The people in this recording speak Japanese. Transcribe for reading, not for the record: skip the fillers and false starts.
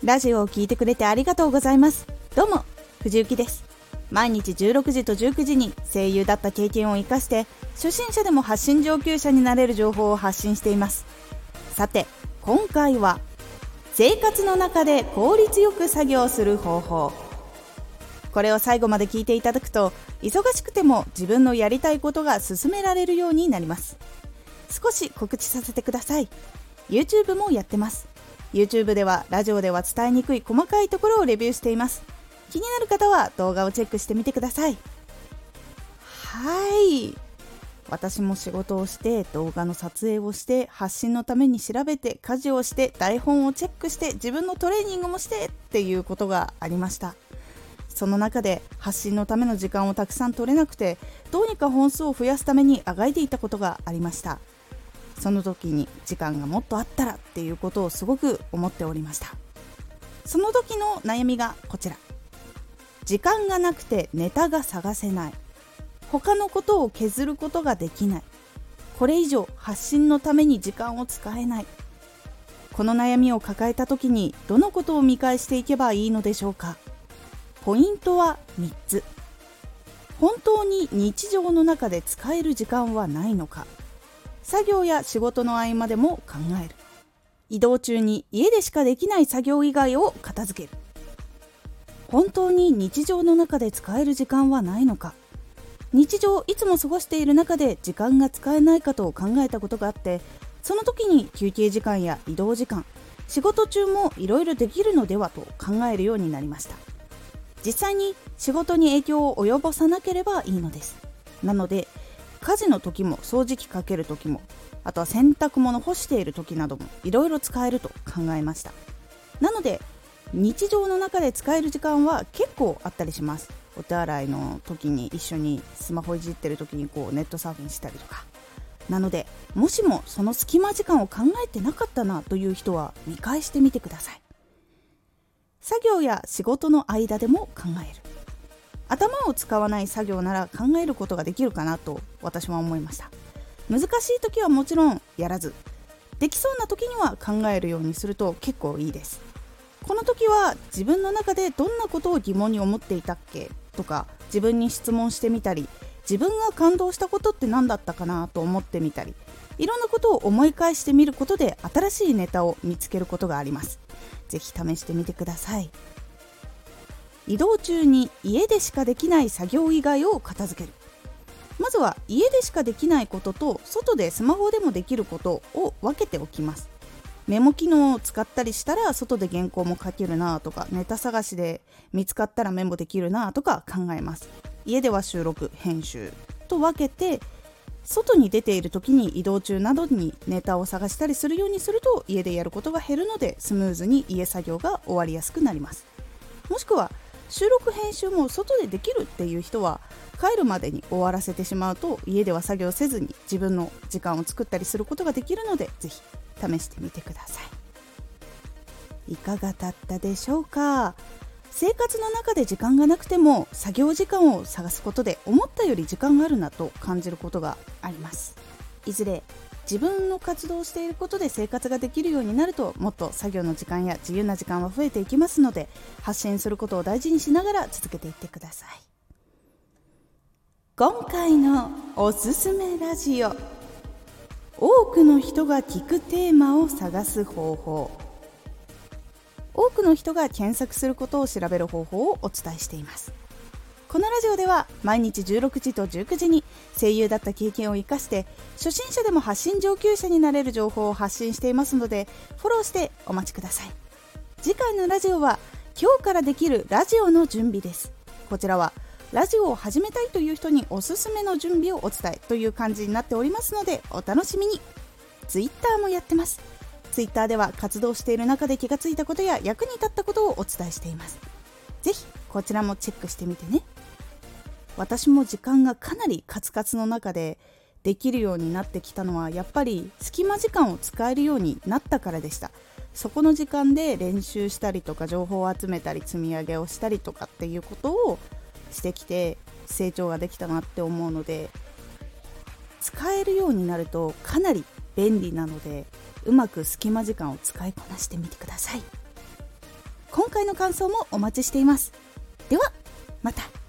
ラジオを聞いてくれてありがとうございます。どうも藤幸です。毎日16時と19時に声優だった経験を生かして初心者でも発信上級者になれる情報を発信しています。さて今回は生活の中で効率よく作業する方法。これを最後まで聞いていただくと忙しくても自分のやりたいことが進められるようになります。少し告知させてください。 YouTube もやってます。 YouTube ではラジオでは伝えにくい細かいところをレビューしています。気になる方は動画をチェックしてみてください。はい、私も仕事をして動画の撮影をして発信のために調べて家事をして台本をチェックして自分のトレーニングもしてっていうことがありました。その中で発信のための時間をたくさん取れなくてどうにか本数を増やすためにあがいていたことがありました。その時に時間がもっとあったらっていうことをすごく思っておりました。その時の悩みがこちら。時間がなくてネタが探せない。他のことを削ることができない。これ以上発信のために時間を使えない。この悩みを抱えた時にどのことを見返していけばいいのでしょうか。ポイントは3つ。本当に日常の中で使える時間はないのか。作業や仕事の合間でも考える。移動中に家でしかできない作業以外を片付ける。本当に日常の中で使える時間はないのか。日常いつも過ごしている中で時間が使えないかと考えたことがあって、その時に休憩時間や移動時間、仕事中もいろいろできるのではと考えるようになりました。実際に仕事に影響を及ぼさなければいいのです。なので家事の時も掃除機かける時も、あとは洗濯物干している時などもいろいろ使えると考えました。なので日常の中で使える時間は結構あったりします。お手洗いの時に一緒にスマホいじってる時にネットサーフィンしたりとか。なのでもしもその隙間時間を考えてなかったなという人は見返してみてください。作業や仕事の間でも考える。頭を使わない作業なら考えることができるかなと私は思いました。難しい時はもちろんやらず、できそうな時には考えるようにすると結構いいです。この時は自分の中でどんなことを疑問に思っていたっけとか自分に質問してみたり、自分が感動したことって何だったかなと思ってみたり、いろんなことを思い返してみることで新しいネタを見つけることがあります。ぜひ試してみてください。移動中に家でしかできない作業以外を片付ける。まずは家でしかできないことと外でスマホでもできることを分けておきます。メモ機能を使ったりしたら外で原稿も書けるなとか、ネタ探しで見つかったらメモできるなとか考えます。家では収録編集と分けて、外に出ている時に移動中などにネタを探したりするようにすると家でやることが減るのでスムーズに家作業が終わりやすくなります。もしくは収録編集も外でできるっていう人は帰るまでに終わらせてしまうと家では作業せずに自分の時間を作ったりすることができるので、ぜひ試してみてください。いかがだったでしょうか。生活の中で時間がなくても作業時間を探すことで思ったより時間があるなと感じることがあります。いずれ自分の活動をしていることで生活ができるようになると、もっと作業の時間や自由な時間は増えていきますので、発信することを大事にしながら続けていってください。今回のおすすめラジオ、多くの人が聞くテーマを探す方法。多くの人が検索することを調べる方法をお伝えしています。このラジオでは毎日16時と19時に声優だった経験を生かして初心者でも発信上級者になれる情報を発信していますので、フォローしてお待ちください。次回のラジオは今日からできるラジオの準備です。こちらはラジオを始めたいという人におすすめの準備をお伝えという感じになっておりますので、お楽しみに。ツイッターもやってます。ツイッターでは活動している中で気がついたことや役に立ったことをお伝えしています。ぜひこちらもチェックしてみてね。私も時間がかなりカツカツの中でできるようになってきたのは、やっぱり隙間時間を使えるようになったからでした。そこの時間で練習したりとか情報を集めたり積み上げをしたりとかっていうことをしてきて成長ができたなって思うので、使えるようになるとかなり便利なので、うまく隙間時間を使いこなしてみてください。 今回の感想もお待ちしています。ではまた。